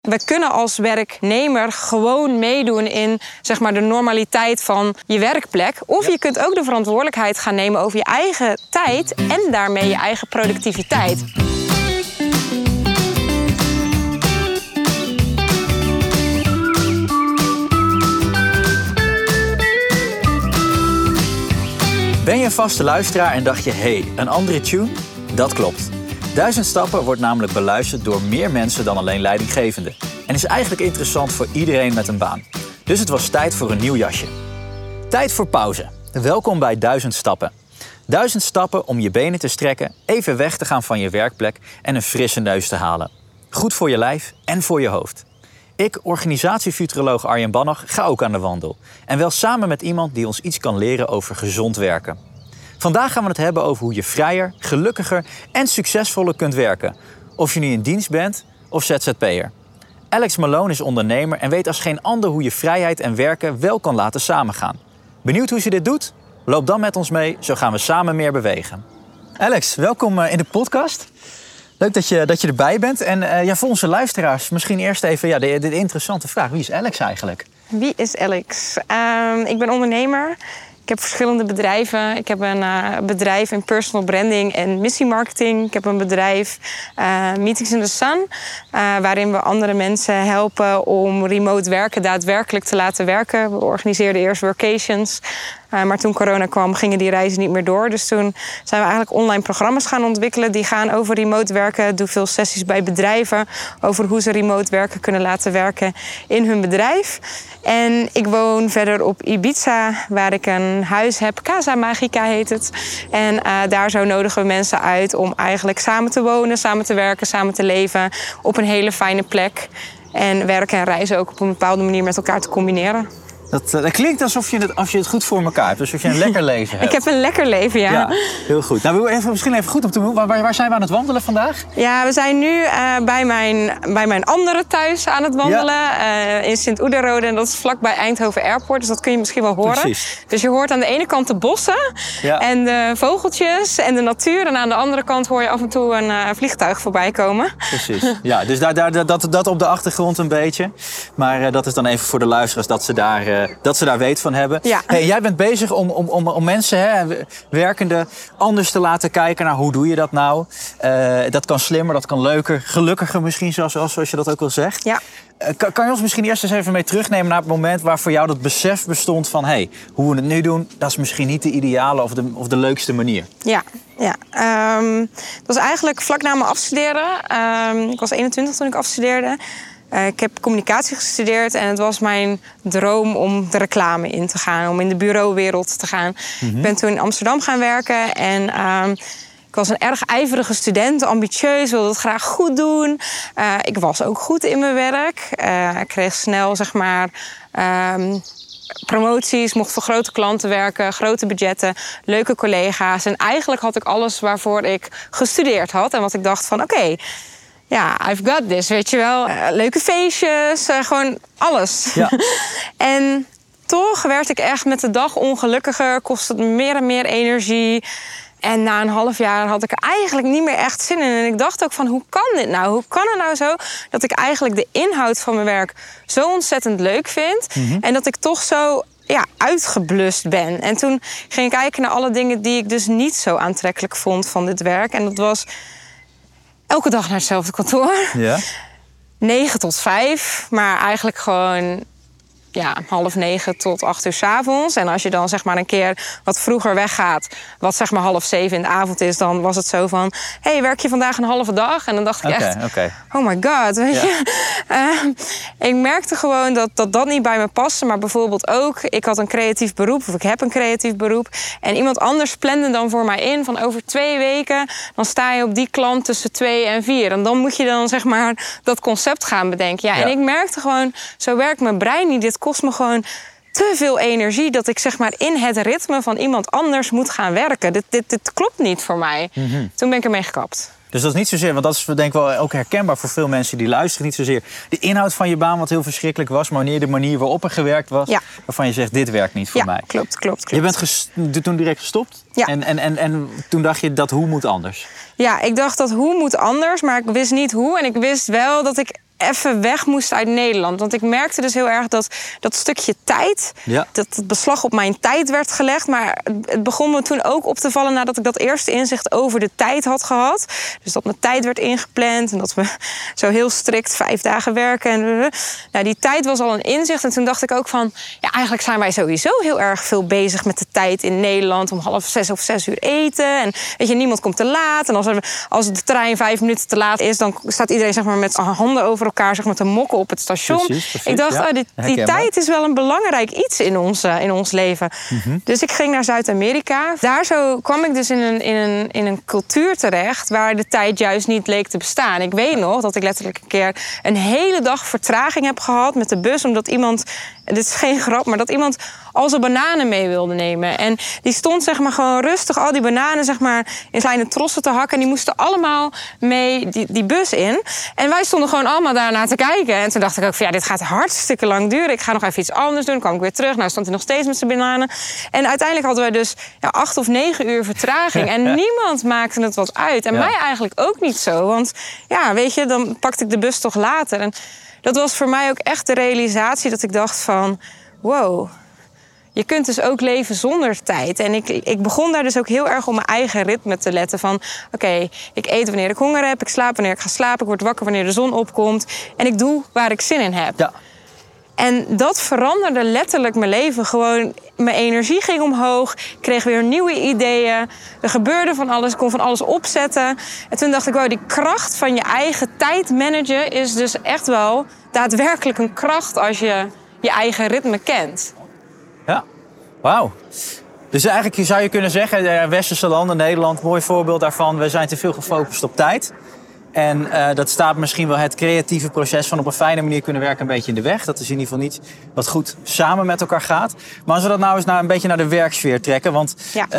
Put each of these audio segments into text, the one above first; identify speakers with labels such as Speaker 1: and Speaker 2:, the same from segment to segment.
Speaker 1: We kunnen als werknemer gewoon meedoen in zeg maar, de normaliteit van je werkplek. Of je kunt ook de verantwoordelijkheid gaan nemen over je eigen tijd en daarmee je eigen productiviteit.
Speaker 2: Ben je een vaste luisteraar en dacht je, hé, een andere tune? Dat klopt. 1000 Stappen wordt namelijk beluisterd door meer mensen dan alleen leidinggevenden. En is eigenlijk interessant voor iedereen met een baan. Dus het was tijd voor een nieuw jasje. Tijd voor pauze. Welkom bij 1000 Stappen. 1000 stappen om je benen te strekken, even weg te gaan van je werkplek en een frisse neus te halen. Goed voor je lijf en voor je hoofd. Ik, organisatiefuturoloog Arjen Bannach, ga ook aan de wandel. En wel samen met iemand die ons iets kan leren over gezond werken. Vandaag gaan we het hebben over hoe je vrijer, gelukkiger en succesvoller kunt werken. Of je nu in dienst bent of ZZP'er. Alex Malone is ondernemer en weet als geen ander hoe je vrijheid en werken wel kan laten samengaan. Benieuwd hoe ze dit doet? Loop dan met ons mee, zo gaan we samen meer bewegen. Alex, welkom in de podcast. Leuk dat je erbij bent. En voor onze luisteraars misschien eerst even de interessante vraag. Wie is Alex eigenlijk?
Speaker 1: Wie is Alex? Ik ben ondernemer. Ik heb verschillende bedrijven. Ik heb een bedrijf in personal branding en missiemarketing. Ik heb een bedrijf, Meetings in the Sun, waarin we andere mensen helpen om remote werken daadwerkelijk te laten werken. We organiseerden eerst workations. Maar toen corona kwam, gingen die reizen niet meer door. Dus toen zijn we eigenlijk online programma's gaan ontwikkelen. Die gaan over remote werken. Ik doe veel sessies bij bedrijven over hoe ze remote werken kunnen laten werken in hun bedrijf. En ik woon verder op Ibiza, waar ik een huis heb. Casa Magica heet het. En daar zo nodigen we mensen uit om eigenlijk samen te wonen, samen te werken, samen te leven op een hele fijne plek. En werken en reizen ook op een bepaalde manier met elkaar te combineren.
Speaker 2: Dat klinkt alsof je het goed voor elkaar hebt. Alsof je een lekker leven hebt.
Speaker 1: Ik heb een lekker leven, ja.
Speaker 2: Ja, heel goed. Nou, misschien even goed om te doen. Waar zijn we aan het wandelen vandaag?
Speaker 1: Ja, we zijn nu bij mijn andere thuis aan het wandelen. In Sint-Oederode. En dat is vlakbij Eindhoven Airport. Dus dat kun je misschien wel horen. Precies. Dus je hoort aan de ene kant de bossen. Ja. En de vogeltjes en de natuur. En aan de andere kant hoor je af en toe een vliegtuig voorbij komen.
Speaker 2: Precies. Ja, dus dat op de achtergrond een beetje. Maar dat is dan even voor de luisteraars dat ze daar weet van hebben. Ja. Hey, jij bent bezig om mensen, werkenden, anders te laten kijken naar hoe doe je dat nou. Dat kan slimmer, dat kan leuker, gelukkiger misschien, zoals je dat ook al zegt. Ja. Kan je ons misschien eerst eens even mee terugnemen naar het moment waar voor jou dat besef bestond van hoe we het nu doen, dat is misschien niet de ideale of de leukste manier?
Speaker 1: Ja. Dat was eigenlijk vlak na mijn afstuderen. Ik was 21 toen ik afstudeerde. Ik heb communicatie gestudeerd en het was mijn droom om de reclame in te gaan. Om in de bureauwereld te gaan. Mm-hmm. Ik ben toen in Amsterdam gaan werken en ik was een erg ijverige student, ambitieus, wilde het graag goed doen. Ik was ook goed in mijn werk. Ik kreeg snel, promoties, mocht voor grote klanten werken, grote budgetten, leuke collega's. En eigenlijk had ik alles waarvoor ik gestudeerd had. En wat ik dacht van oké, I've got this, weet je wel. Leuke feestjes, gewoon alles. Ja. En toch werd ik echt met de dag ongelukkiger, kostte het meer en meer energie. En na een half jaar had ik er eigenlijk niet meer echt zin in. En ik dacht ook van, hoe kan dit nou? Hoe kan het nou zo dat ik eigenlijk de inhoud van mijn werk zo ontzettend leuk vind? Mm-hmm. En dat ik toch zo uitgeblust ben. En toen ging ik kijken naar alle dingen die ik dus niet zo aantrekkelijk vond van dit werk. En dat was elke dag naar hetzelfde kantoor. Ja. 9 tot 5. Maar eigenlijk gewoon 8:30 tot 8:00 's avonds. En als je dan een keer wat vroeger weggaat, wat 6:30 in de avond is, dan was het zo van, werk je vandaag een halve dag? En dan dacht ik oh my god, weet je. Ik merkte gewoon dat niet bij me paste. Maar bijvoorbeeld ook, ik had een creatief beroep, of ik heb een creatief beroep. En iemand anders plande dan voor mij in van over 2 weken, dan sta je op die klant tussen 2 en 4. En dan moet je dan dat concept gaan bedenken. Ja. En ik merkte gewoon, zo werkt mijn brein niet. Dit kost me gewoon te veel energie dat ik in het ritme van iemand anders moet gaan werken. Dit klopt niet voor mij. Mm-hmm. Toen ben ik ermee gekapt.
Speaker 2: Dus dat is niet zozeer, want dat is denk ik wel ook herkenbaar voor veel mensen die luisteren. Niet zozeer de inhoud van je baan, wat heel verschrikkelijk was, maar wanneer de manier waarop er gewerkt was, waarvan je zegt, dit werkt niet voor mij.
Speaker 1: Klopt.
Speaker 2: Je bent toen direct gestopt? Ja. En toen dacht je dat hoe moet anders?
Speaker 1: Ja, ik dacht dat hoe moet anders, maar ik wist niet hoe. En ik wist wel dat ik even weg moest uit Nederland. Want ik merkte dus heel erg dat stukje tijd... dat het beslag op mijn tijd werd gelegd. Maar het begon me toen ook op te vallen... nadat ik dat eerste inzicht over de tijd had gehad. Dus dat mijn tijd werd ingepland... en dat we zo heel strikt 5 dagen werken. Nou, die tijd was al een inzicht. En toen dacht ik ook van... ja, eigenlijk zijn wij sowieso heel erg veel bezig met de tijd in Nederland... om 5:30 of 6 uur eten. En weet je, niemand komt te laat. En als de trein 5 minuten te laat is... dan staat iedereen zeg maar, met handen over elkaar zeg maar, te mokken op het station. Precies, ik dacht, die tijd is wel een belangrijk iets in ons leven. Mm-hmm. Dus ik ging naar Zuid-Amerika. Daar zo kwam ik dus in een cultuur terecht... waar de tijd juist niet leek te bestaan. Ik weet nog dat ik letterlijk een keer een hele dag vertraging heb gehad met de bus... omdat iemand, dit is geen grap, maar dat iemand al zijn bananen mee wilde nemen. En die stond zeg maar gewoon rustig al die bananen zeg maar in kleine trossen te hakken. En die moesten allemaal mee die bus in. En wij stonden gewoon allemaal daarnaar te kijken. En toen dacht ik ook van ja, dit gaat hartstikke lang duren. Ik ga nog even iets anders doen. Dan kwam ik weer terug. Nou stond hij nog steeds met zijn bananen. En uiteindelijk hadden wij dus 8 of 9 uur vertraging. En niemand maakte het wat uit. En mij eigenlijk ook niet zo. Want ja, weet je, dan pakte ik de bus toch later. En dat was voor mij ook echt de realisatie dat ik dacht van... wow, je kunt dus ook leven zonder tijd. En ik begon daar dus ook heel erg op mijn eigen ritme te letten. Van oké, ik eet wanneer ik honger heb. Ik slaap wanneer ik ga slapen. Ik word wakker wanneer de zon opkomt. En ik doe waar ik zin in heb. Ja. En dat veranderde letterlijk mijn leven. Gewoon, mijn energie ging omhoog. Ik kreeg weer nieuwe ideeën. Er gebeurde van alles. Ik kon van alles opzetten. En toen dacht ik, wow, die kracht van je eigen tijd managen... is dus echt wel daadwerkelijk een kracht als je je eigen ritme kent.
Speaker 2: Ja, wauw. Dus eigenlijk zou je kunnen zeggen, westerse landen, Nederland, mooi voorbeeld daarvan. We zijn te veel gefocust op tijd. En dat staat misschien wel het creatieve proces van op een fijne manier kunnen werken een beetje in de weg. Dat is in ieder geval niet wat goed samen met elkaar gaat. Maar als we dat nou eens een beetje naar de werksfeer trekken. Want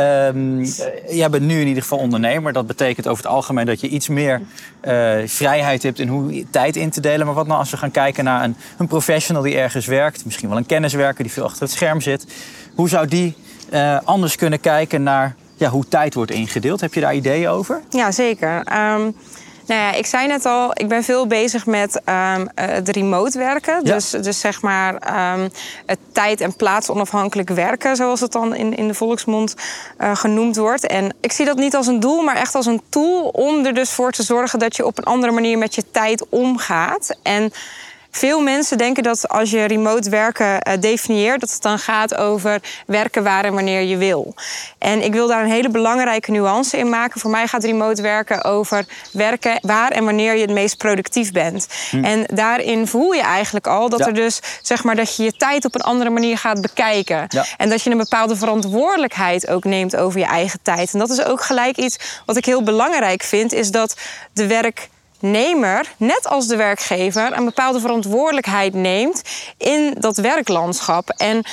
Speaker 2: jij bent nu in ieder geval ondernemer. Dat betekent over het algemeen dat je iets meer vrijheid hebt in hoe tijd in te delen. Maar wat nou als we gaan kijken naar een professional die ergens werkt. Misschien wel een kenniswerker die veel achter het scherm zit. Hoe zou die anders kunnen kijken naar hoe tijd wordt ingedeeld? Heb je daar ideeën over?
Speaker 1: Ja, zeker. Nou ja, ik zei net al, ik ben veel bezig met het remote werken. Ja. Dus zeg maar het tijd- en plaatsonafhankelijk werken... zoals het dan in de volksmond genoemd wordt. En ik zie dat niet als een doel, maar echt als een tool... om er dus voor te zorgen dat je op een andere manier met je tijd omgaat. En veel mensen denken dat als je remote werken definieert... dat het dan gaat over werken waar en wanneer je wil. En ik wil daar een hele belangrijke nuance in maken. Voor mij gaat remote werken over werken waar en wanneer je het meest productief bent. En daarin voel je eigenlijk al dat er dus, zeg maar, dat je je tijd op een andere manier gaat bekijken. Ja. En dat je een bepaalde verantwoordelijkheid ook neemt over je eigen tijd. En dat is ook gelijk iets wat ik heel belangrijk vind, is dat de werknemer, net als de werkgever, een bepaalde verantwoordelijkheid neemt in dat werklandschap. En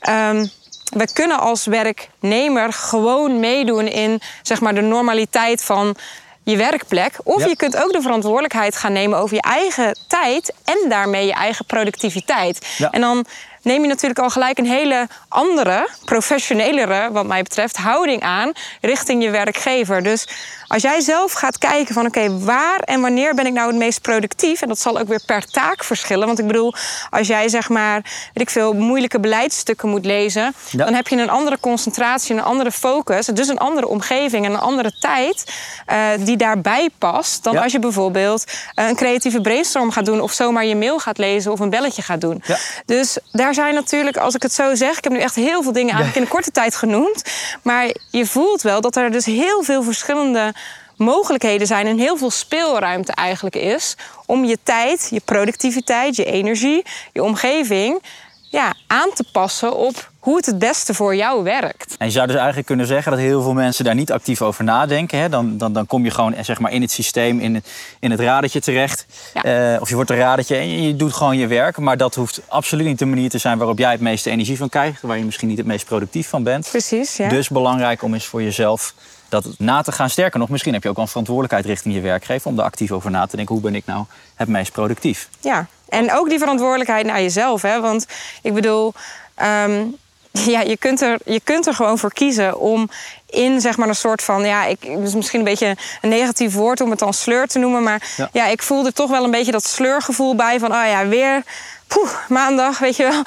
Speaker 1: we kunnen als werknemer gewoon meedoen in, zeg maar, de normaliteit van je werkplek. Of je kunt ook de verantwoordelijkheid gaan nemen over je eigen tijd en daarmee je eigen productiviteit. Ja. En dan neem je natuurlijk al gelijk een hele andere, professionelere, wat mij betreft, houding aan richting je werkgever. Dus als jij zelf gaat kijken van oké, waar en wanneer ben ik nou het meest productief? En dat zal ook weer per taak verschillen. Want ik bedoel, als jij zeg maar, weet ik veel, moeilijke beleidsstukken moet lezen, dan heb je een andere concentratie, een andere focus, dus een andere omgeving en een andere tijd die daarbij past dan als je bijvoorbeeld een creatieve brainstorm gaat doen of zomaar je mail gaat lezen of een belletje gaat doen. Ja. Dus daar zijn natuurlijk, als ik het zo zeg, ik heb nu echt heel veel dingen eigenlijk in een korte tijd genoemd, maar je voelt wel dat er dus heel veel verschillende mogelijkheden zijn en heel veel speelruimte eigenlijk is om je tijd, je productiviteit, je energie, je omgeving aan te passen op hoe het beste voor jou werkt. En
Speaker 2: je zou dus eigenlijk kunnen zeggen dat heel veel mensen daar niet actief over nadenken. Hè? Dan kom je gewoon zeg maar in het systeem, in het radertje terecht. Ja. Of je wordt een radertje en je doet gewoon je werk. Maar dat hoeft absoluut niet de manier te zijn waarop jij het meeste energie van krijgt. Waar je misschien niet het meest productief van bent.
Speaker 1: Precies, ja.
Speaker 2: Dus belangrijk om eens voor jezelf dat na te gaan. Sterker nog, misschien heb je ook wel een verantwoordelijkheid richting je werkgever om er actief over na te denken. Hoe ben ik nou het meest productief?
Speaker 1: Ja, en ook die verantwoordelijkheid naar jezelf. Hè? Want ik bedoel, Ja, je kunt er gewoon voor kiezen om in zeg maar een soort van... het is misschien een beetje een negatief woord om het dan sleur te noemen. Maar ik voelde toch wel een beetje dat sleurgevoel bij van... weer... maandag, weet je wel.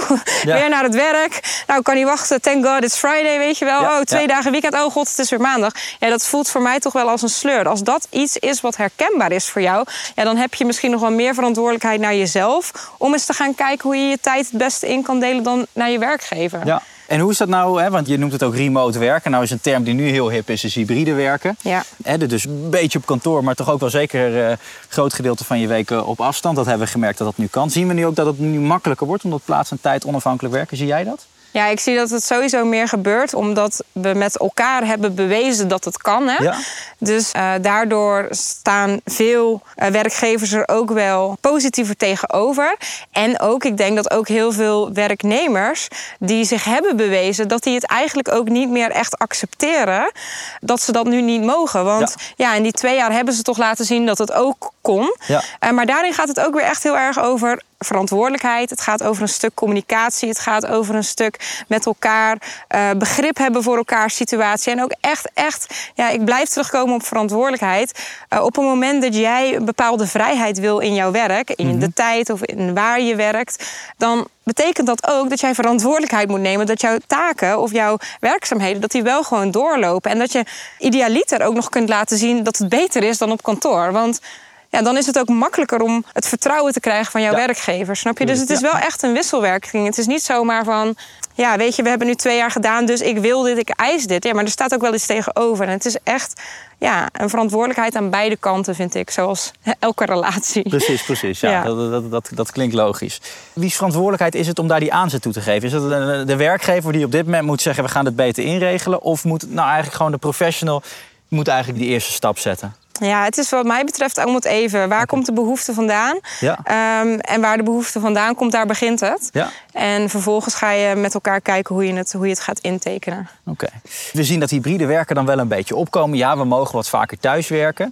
Speaker 1: Weer naar het werk. Nou, ik kan niet wachten. Thank God, it's Friday, weet je wel. 2 dagen weekend. Oh god, het is weer maandag. Ja, dat voelt voor mij toch wel als een sleur. Als dat iets is wat herkenbaar is voor jou... dan heb je misschien nog wel meer verantwoordelijkheid naar jezelf... om eens te gaan kijken hoe je je tijd het beste in kan delen... dan naar je werkgever.
Speaker 2: Ja. En hoe is dat nou, hè? Want je noemt het ook remote werken. Nou is een term die nu heel hip is hybride werken.
Speaker 1: Ja.
Speaker 2: Dus een beetje op kantoor, maar toch ook wel zeker een groot gedeelte van je week op afstand. Dat hebben we gemerkt dat dat nu kan. Zien we nu ook dat het nu makkelijker wordt omdat plaats en tijd onafhankelijk werken? Zie jij dat?
Speaker 1: Ja, ik zie dat het sowieso meer gebeurt... omdat we met elkaar hebben bewezen dat het kan. Hè? Ja. Dus daardoor staan veel werkgevers er ook wel positiever tegenover. En ook, ik denk dat ook heel veel werknemers... die zich hebben bewezen... dat die het eigenlijk ook niet meer echt accepteren... dat ze dat nu niet mogen. Want in die 2 jaar hebben ze toch laten zien dat het ook kon. Ja. Maar daarin gaat het ook weer echt heel erg over... verantwoordelijkheid, het gaat over een stuk communicatie... het gaat over een stuk met elkaar begrip hebben voor elkaars situatie... en ook echt, ik blijf terugkomen op verantwoordelijkheid. Op het moment dat jij een bepaalde vrijheid wil in jouw werk... in de tijd of in waar je werkt... dan betekent dat ook dat jij verantwoordelijkheid moet nemen... dat jouw taken of jouw werkzaamheden dat die wel gewoon doorlopen... en dat je idealiter ook nog kunt laten zien dat het beter is dan op kantoor. Want... dan is het ook makkelijker om het vertrouwen te krijgen van jouw werkgever. Snap je? Dus het is wel echt een wisselwerking. Het is niet zomaar van... weet je, we hebben nu 2 jaar gedaan, dus ik wil dit, ik eis dit. Ja, maar er staat ook wel iets tegenover. En het is echt een verantwoordelijkheid aan beide kanten, vind ik. Zoals elke relatie.
Speaker 2: Precies. Ja. Dat klinkt logisch. Wie's verantwoordelijkheid is het om daar die aanzet toe te geven? Is het de werkgever die op dit moment moet zeggen... we gaan het beter inregelen? Of moet nou eigenlijk gewoon de professional... moet eigenlijk die eerste stap zetten?
Speaker 1: Ja, het is wat mij betreft ook moet even... waar komt de behoefte vandaan? Ja. En waar de behoefte vandaan komt, daar begint het. Ja. En vervolgens ga je met elkaar kijken hoe je het gaat intekenen.
Speaker 2: Oké. We zien dat hybride werken dan wel een beetje opkomen. Ja, we mogen wat vaker thuiswerken.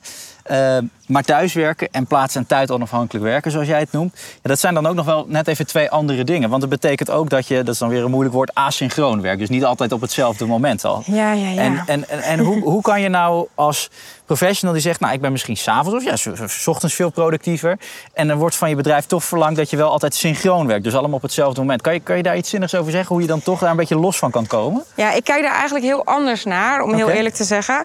Speaker 2: Maar thuiswerken en plaats en tijd onafhankelijk werken, zoals jij het noemt... dat zijn dan ook nog wel net even 2 andere dingen. Want dat betekent ook dat je, dat is dan weer een moeilijk woord... asynchroon werkt. Dus niet altijd op hetzelfde moment al.
Speaker 1: Ja.
Speaker 2: En hoe kan je nou als professional die zegt... nou, ik ben misschien 's avonds of 's ochtends veel productiever... en er wordt van je bedrijf toch verlangd dat je wel altijd synchroon werkt. Dus allemaal op hetzelfde moment. Kan je daar iets zinnigs over zeggen? Hoe je dan toch daar een beetje los van kan komen?
Speaker 1: Ja, ik kijk daar eigenlijk heel anders naar, om heel eerlijk te zeggen.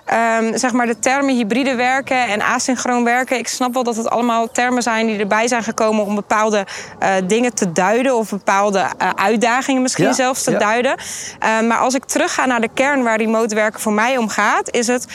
Speaker 1: Zeg maar de termen hybride werken en asynchroon werken... ik snap wel dat het allemaal termen zijn die erbij zijn gekomen... om bepaalde dingen te duiden of bepaalde uitdagingen misschien zelfs te duiden. Maar als ik terugga naar de kern waar remote werken voor mij om gaat... is het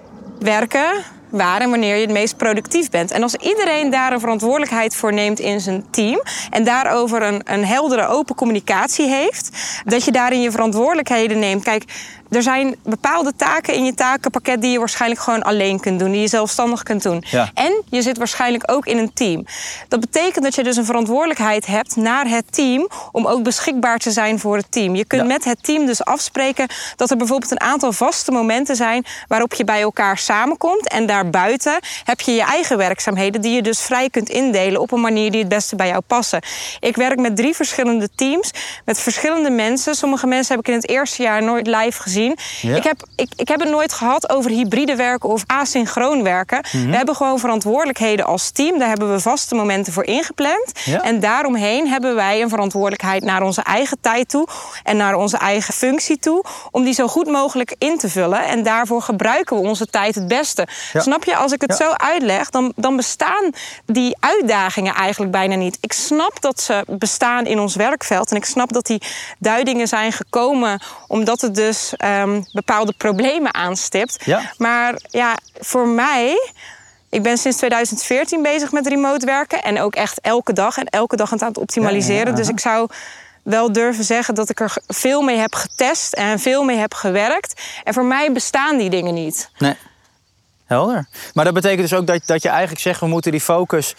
Speaker 1: werken waar en wanneer je het meest productief bent. En als iedereen daar een verantwoordelijkheid voor neemt in zijn team... en daarover een heldere, open communicatie heeft... dat je daarin je verantwoordelijkheden neemt. Kijk, er zijn bepaalde taken in je takenpakket... die je waarschijnlijk gewoon alleen kunt doen. Die je zelfstandig kunt doen. Ja. En je zit waarschijnlijk ook in een team. Dat betekent dat je dus een verantwoordelijkheid hebt naar het team... om ook beschikbaar te zijn voor het team. Je kunt met het team dus afspreken... dat er bijvoorbeeld een aantal vaste momenten zijn... waarop je bij elkaar samenkomt. En daarbuiten heb je je eigen werkzaamheden... die je dus vrij kunt indelen op een manier die het beste bij jou passen. Ik werk met 3 verschillende teams, met verschillende mensen. Sommige mensen heb ik in het eerste jaar nooit live gezien. Ja. Ik heb het nooit gehad over hybride werken of asynchroon werken. We hebben gewoon verantwoordelijkheden als team. Daar hebben we vaste momenten voor ingepland. Ja. En daaromheen hebben wij een verantwoordelijkheid naar onze eigen tijd toe... en naar onze eigen functie toe... om die zo goed mogelijk in te vullen. En daarvoor gebruiken we onze tijd het beste. Ja. Snap je? Als ik het zo uitleg, dan bestaan die uitdagingen eigenlijk bijna niet. Ik snap dat ze bestaan in ons werkveld. En ik snap dat die duidingen zijn gekomen... omdat het dus bepaalde problemen aanstipt. Ja. Maar ja, voor mij... Ik ben sinds 2014 bezig met remote werken. En ook echt elke dag. En elke dag aan het optimaliseren. Ja. Dus ik zou wel durven zeggen dat ik er veel mee heb getest. En veel mee heb gewerkt. En voor mij bestaan die dingen niet.
Speaker 2: Nee. Helder. Maar dat betekent dus ook dat je eigenlijk zegt... we moeten die focus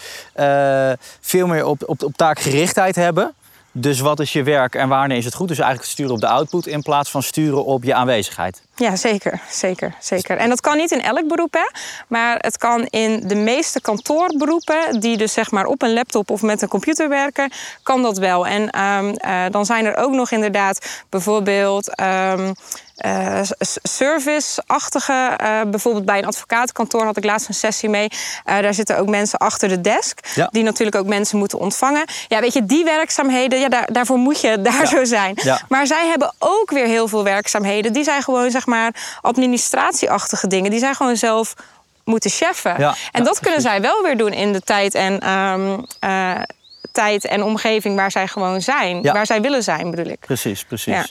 Speaker 2: veel meer op taakgerichtheid hebben... Dus wat is je werk en wanneer is het goed? Dus eigenlijk sturen op de output in plaats van sturen op je aanwezigheid.
Speaker 1: Ja, zeker. En dat kan niet in elk beroep, hè? Maar het kan in de meeste kantoorberoepen die dus zeg maar op een laptop of met een computer werken, kan dat wel. En dan zijn er ook nog inderdaad bijvoorbeeld service-achtige. Bijvoorbeeld bij een advocatenkantoor had ik laatst een sessie mee. Daar zitten ook mensen achter de desk. Ja. Die natuurlijk ook mensen moeten ontvangen. Ja, weet je, die werkzaamheden, ja, daarvoor moet je daar zo zijn. Ja. Maar zij hebben ook weer heel veel werkzaamheden. Die zijn gewoon, zeg maar, administratieachtige dingen. Die zijn gewoon zelf moeten cheffen. Ja. En dat kunnen zij wel weer doen in de tijd en omgeving waar zij gewoon zijn. Ja. Waar zij willen zijn, bedoel ik.
Speaker 2: Precies. Ja.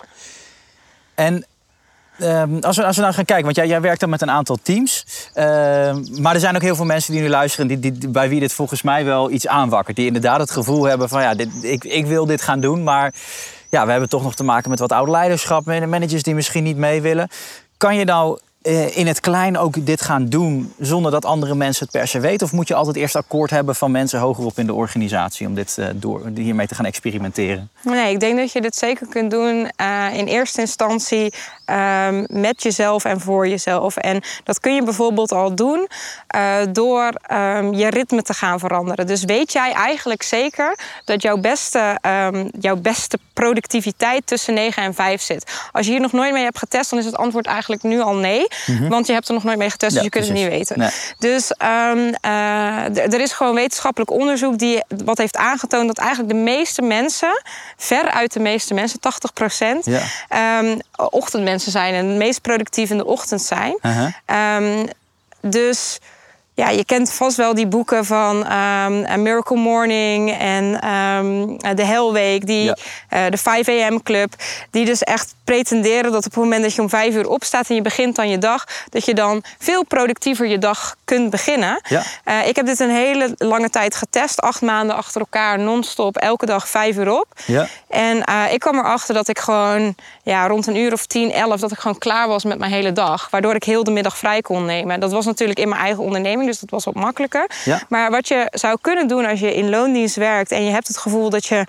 Speaker 2: En als we nou gaan kijken, want jij werkt dan met een aantal teams. Maar er zijn ook heel veel mensen die nu luisteren, bij wie dit volgens mij wel iets aanwakkert. Die inderdaad het gevoel hebben van ja, ik wil dit gaan doen. Maar ja, we hebben toch nog te maken met wat oude leiderschap. Managers die misschien niet mee willen. Kan je nou in het klein ook dit gaan doen zonder dat andere mensen het per se weten? Of moet je altijd eerst akkoord hebben van mensen hogerop in de organisatie om hiermee te gaan experimenteren? Nee,
Speaker 1: ik denk dat je dit zeker kunt doen in eerste instantie met jezelf en voor jezelf. En dat kun je bijvoorbeeld al doen door je ritme te gaan veranderen. Dus weet jij eigenlijk zeker dat jouw beste productiviteit tussen 9 en 5 zit? Als je hier nog nooit mee hebt getest, dan is het antwoord eigenlijk nu al nee. Mm-hmm. Want je hebt er nog nooit mee getest, dus je kunt het niet weten. Nee. Dus er is gewoon wetenschappelijk onderzoek wat heeft aangetoond dat eigenlijk de meeste mensen, veruit de meeste mensen, 80%, ochtendmensen zijn en het meest productief in de ochtend zijn. Uh-huh. Dus ja, je kent vast wel die boeken van A Miracle Morning en de Hell Week, de 5 a.m. Club, die dus echt pretenderen dat op het moment dat je om 5 uur opstaat en je begint aan je dag, dat je dan veel productiever je dag kunt beginnen. Ja. Ik heb dit een hele lange tijd getest, 8 maanden achter elkaar, non-stop, elke dag 5 uur op. Ja. En ik kwam erachter dat ik gewoon rond een uur of 10, 11, dat ik gewoon klaar was met mijn hele dag. Waardoor ik heel de middag vrij kon nemen. Dat was natuurlijk in mijn eigen onderneming, dus dat was wat makkelijker. Ja. Maar wat je zou kunnen doen als je in loondienst werkt en je hebt het gevoel dat je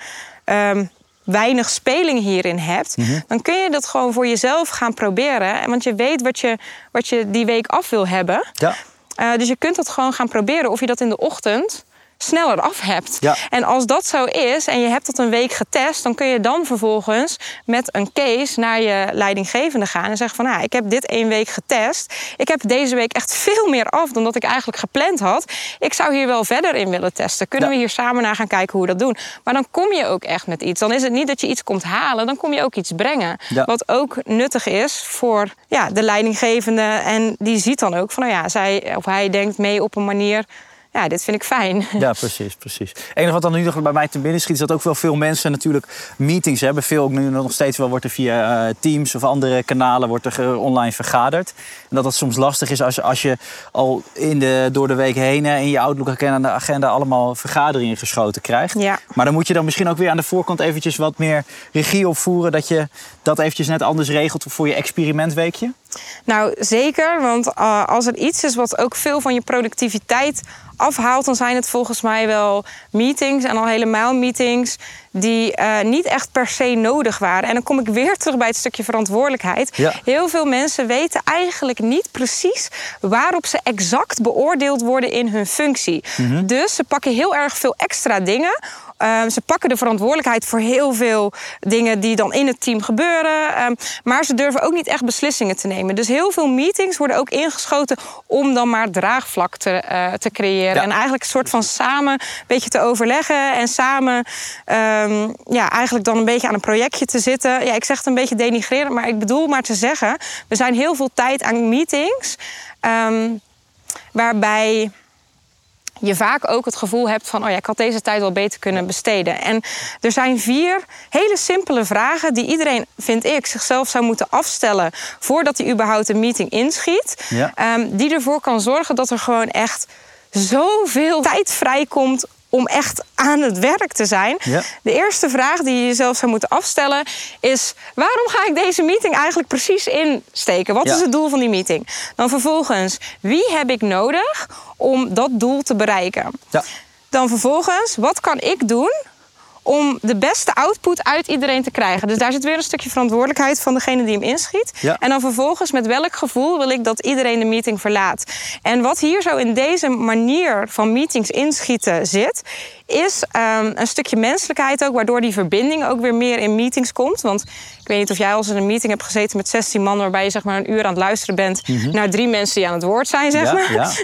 Speaker 1: weinig speling hierin hebt, mm-hmm, dan kun je dat gewoon voor jezelf gaan proberen. Want je weet wat je die week af wil hebben. Ja. Dus je kunt dat gewoon gaan proberen of je dat in de ochtend sneller af hebt. Ja. En als dat zo is en je hebt dat een week getest, dan kun je dan vervolgens met een case naar je leidinggevende gaan en zeggen van ik heb dit 1 week getest. Ik heb deze week echt veel meer af dan dat ik eigenlijk gepland had. Ik zou hier wel verder in willen testen. Kunnen we hier samen naar gaan kijken hoe we dat doen? Maar dan kom je ook echt met iets. Dan is het niet dat je iets komt halen, dan kom je ook iets brengen. Ja. Wat ook nuttig is voor de leidinggevende. En die ziet dan ook van zij of hij denkt mee op een manier, ja, dit vind ik fijn. Ja,
Speaker 2: precies. Het enige wat dan nu nog bij mij te binnen schiet, is dat ook wel veel mensen natuurlijk meetings hebben. Veel ook nu nog steeds wel wordt er via Teams of andere kanalen wordt er online vergaderd. En dat soms lastig is als je al door de week heen in je Outlook-agenda allemaal vergaderingen geschoten krijgt. Ja. Maar dan moet je dan misschien ook weer aan de voorkant eventjes wat meer regie opvoeren, dat je dat eventjes net anders regelt voor je experimentweekje.
Speaker 1: Nou, zeker. Want als er iets is wat ook veel van je productiviteit afhaalt, dan zijn het volgens mij wel meetings en al helemaal meetings die niet echt per se nodig waren. En dan kom ik weer terug bij het stukje verantwoordelijkheid. Ja. Heel veel mensen weten eigenlijk niet precies waarop ze exact beoordeeld worden in hun functie. Mm-hmm. Dus ze pakken heel erg veel extra dingen. Ze pakken de verantwoordelijkheid voor heel veel dingen die dan in het team gebeuren. Maar ze durven ook niet echt beslissingen te nemen. Dus heel veel meetings worden ook ingeschoten om dan maar draagvlak te creëren. Ja. En eigenlijk een soort van samen een beetje te overleggen. En samen eigenlijk dan een beetje aan een projectje te zitten. Ja, ik zeg het een beetje denigrerend, maar ik bedoel maar te zeggen, we zijn heel veel tijd aan meetings waarbij je vaak ook het gevoel hebt van, ik had deze tijd wel beter kunnen besteden. En er zijn 4 hele simpele vragen die iedereen, vind ik, zichzelf zou moeten afstellen voordat hij überhaupt een meeting inschiet. Ja. Die ervoor kan zorgen dat er gewoon echt zoveel tijd vrijkomt om echt aan het werk te zijn. Ja. De eerste vraag die je jezelf zou moeten afstellen is, waarom ga ik deze meeting eigenlijk precies insteken? Wat is het doel van die meeting? Dan vervolgens, wie heb ik nodig om dat doel te bereiken? Ja. Dan vervolgens, wat kan ik doen om de beste output uit iedereen te krijgen. Dus daar zit weer een stukje verantwoordelijkheid van degene die hem inschiet.
Speaker 2: Ja.
Speaker 1: En dan vervolgens met welk gevoel wil ik dat iedereen de meeting verlaat. En wat hier zo in deze manier van meetings inschieten zit, is een stukje menselijkheid ook, waardoor die verbinding ook weer meer in meetings komt. Want ik weet niet of jij al eens in een meeting hebt gezeten met 16 man, waarbij je zeg maar een uur aan het luisteren bent naar 3 mensen die aan het woord zijn, zeg maar.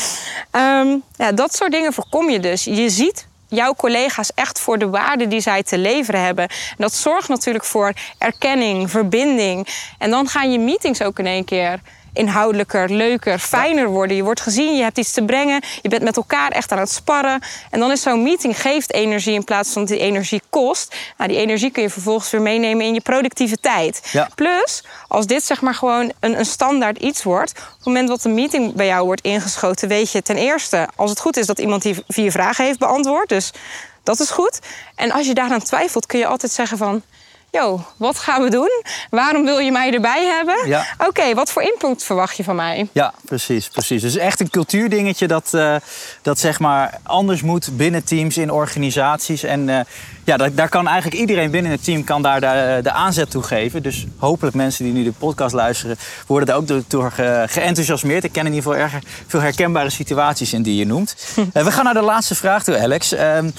Speaker 1: Ja. Dat soort dingen voorkom je dus. Je ziet jouw collega's echt voor de waarde die zij te leveren hebben. En dat zorgt natuurlijk voor erkenning, verbinding. En dan gaan je meetings ook in één keer inhoudelijker, leuker, fijner worden. Je wordt gezien, je hebt iets te brengen. Je bent met elkaar echt aan het sparren. En dan is zo'n meeting geeft energie in plaats van dat die energie kost. Nou, die energie kun je vervolgens weer meenemen in je productiviteit. Ja. Plus, als dit zeg maar gewoon een standaard iets wordt, op het moment dat de meeting bij jou wordt ingeschoten, weet je ten eerste, als het goed is, dat iemand die 4 vragen heeft beantwoord. Dus dat is goed. En als je daaraan twijfelt, kun je altijd zeggen van, yo, wat gaan we doen? Waarom wil je mij erbij hebben? Ja. Oké, wat voor input verwacht je van mij?
Speaker 2: Ja, precies. Dus echt een cultuurdingetje dat zeg maar anders moet binnen teams, in organisaties. En daar kan eigenlijk iedereen binnen het team kan daar de aanzet toe geven. Dus hopelijk mensen die nu de podcast luisteren, worden daar ook door geenthousiasmeerd. Ik ken in ieder geval erg veel herkenbare situaties in die je noemt. We gaan naar de laatste vraag toe, Alex.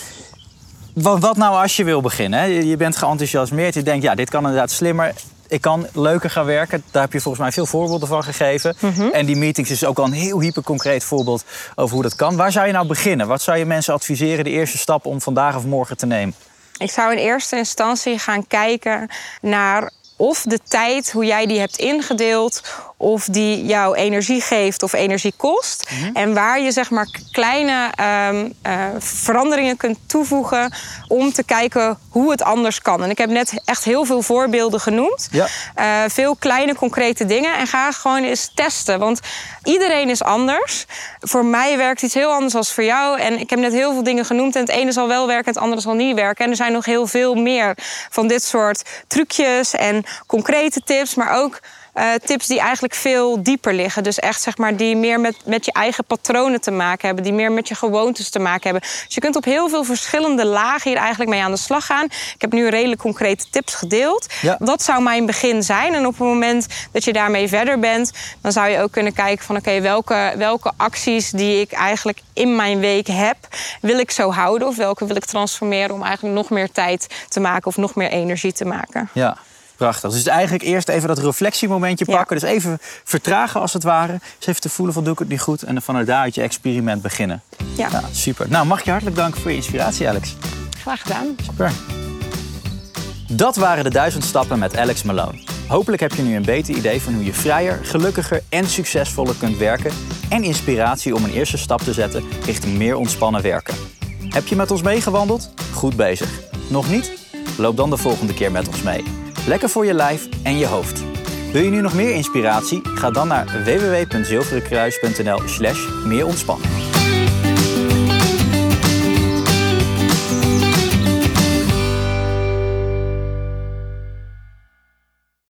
Speaker 2: Wat nou als je wil beginnen? Hè? Je bent geenthousiasmeerd. Je denkt, ja, dit kan inderdaad slimmer. Ik kan leuker gaan werken. Daar heb je volgens mij veel voorbeelden van gegeven. En die meetings is ook al een heel hyperconcreet voorbeeld over hoe dat kan. Waar zou je nou beginnen? Wat zou je mensen adviseren de eerste stap om vandaag of morgen te nemen?
Speaker 1: Ik zou in eerste instantie gaan kijken naar of de tijd, hoe jij die hebt ingedeeld, of die jou energie geeft of energie kost. En waar je zeg maar kleine veranderingen kunt toevoegen om te kijken hoe het anders kan. En ik heb net echt heel veel voorbeelden genoemd. Ja. Veel kleine concrete dingen. En ga gewoon eens testen. Want iedereen is anders. Voor mij werkt iets heel anders dan voor jou. En ik heb net heel veel dingen genoemd. En het ene zal wel werken, het andere zal niet werken. En er zijn nog heel veel meer van dit soort trucjes en concrete tips, maar ook tips die eigenlijk veel dieper liggen. Dus echt zeg maar die meer met je eigen patronen te maken hebben. Die meer met je gewoontes te maken hebben. Dus je kunt op heel veel verschillende lagen hier eigenlijk mee aan de slag gaan. Ik heb nu redelijk concrete tips gedeeld. Ja. Dat zou mijn begin zijn. En op het moment dat je daarmee verder bent, dan zou je ook kunnen kijken van oké, welke acties die ik eigenlijk in mijn week heb, wil ik zo houden? Of welke wil ik transformeren om eigenlijk nog meer tijd te maken of nog meer energie te maken?
Speaker 2: Ja. Prachtig. Dus eigenlijk eerst even dat reflectiemomentje pakken. Ja. Dus even vertragen als het ware. Dus even te voelen van doe ik het niet goed. En dan vanuit daaruit je experiment beginnen. Ja. Nou, super. Nou, mag ik je hartelijk danken voor je inspiratie, Alex.
Speaker 1: Graag gedaan.
Speaker 2: Super. Dat waren de 1000 stappen met Alex Malone. Hopelijk heb je nu een beter idee van hoe je vrijer, gelukkiger en succesvoller kunt werken. En inspiratie om een eerste stap te zetten richting meer ontspannen werken. Heb je met ons meegewandeld? Goed bezig. Nog niet? Loop dan de volgende keer met ons mee. Lekker voor je lijf en je hoofd. Wil je nu nog meer inspiratie? Ga dan naar www.zilverenkruis.nl/meerontspannen.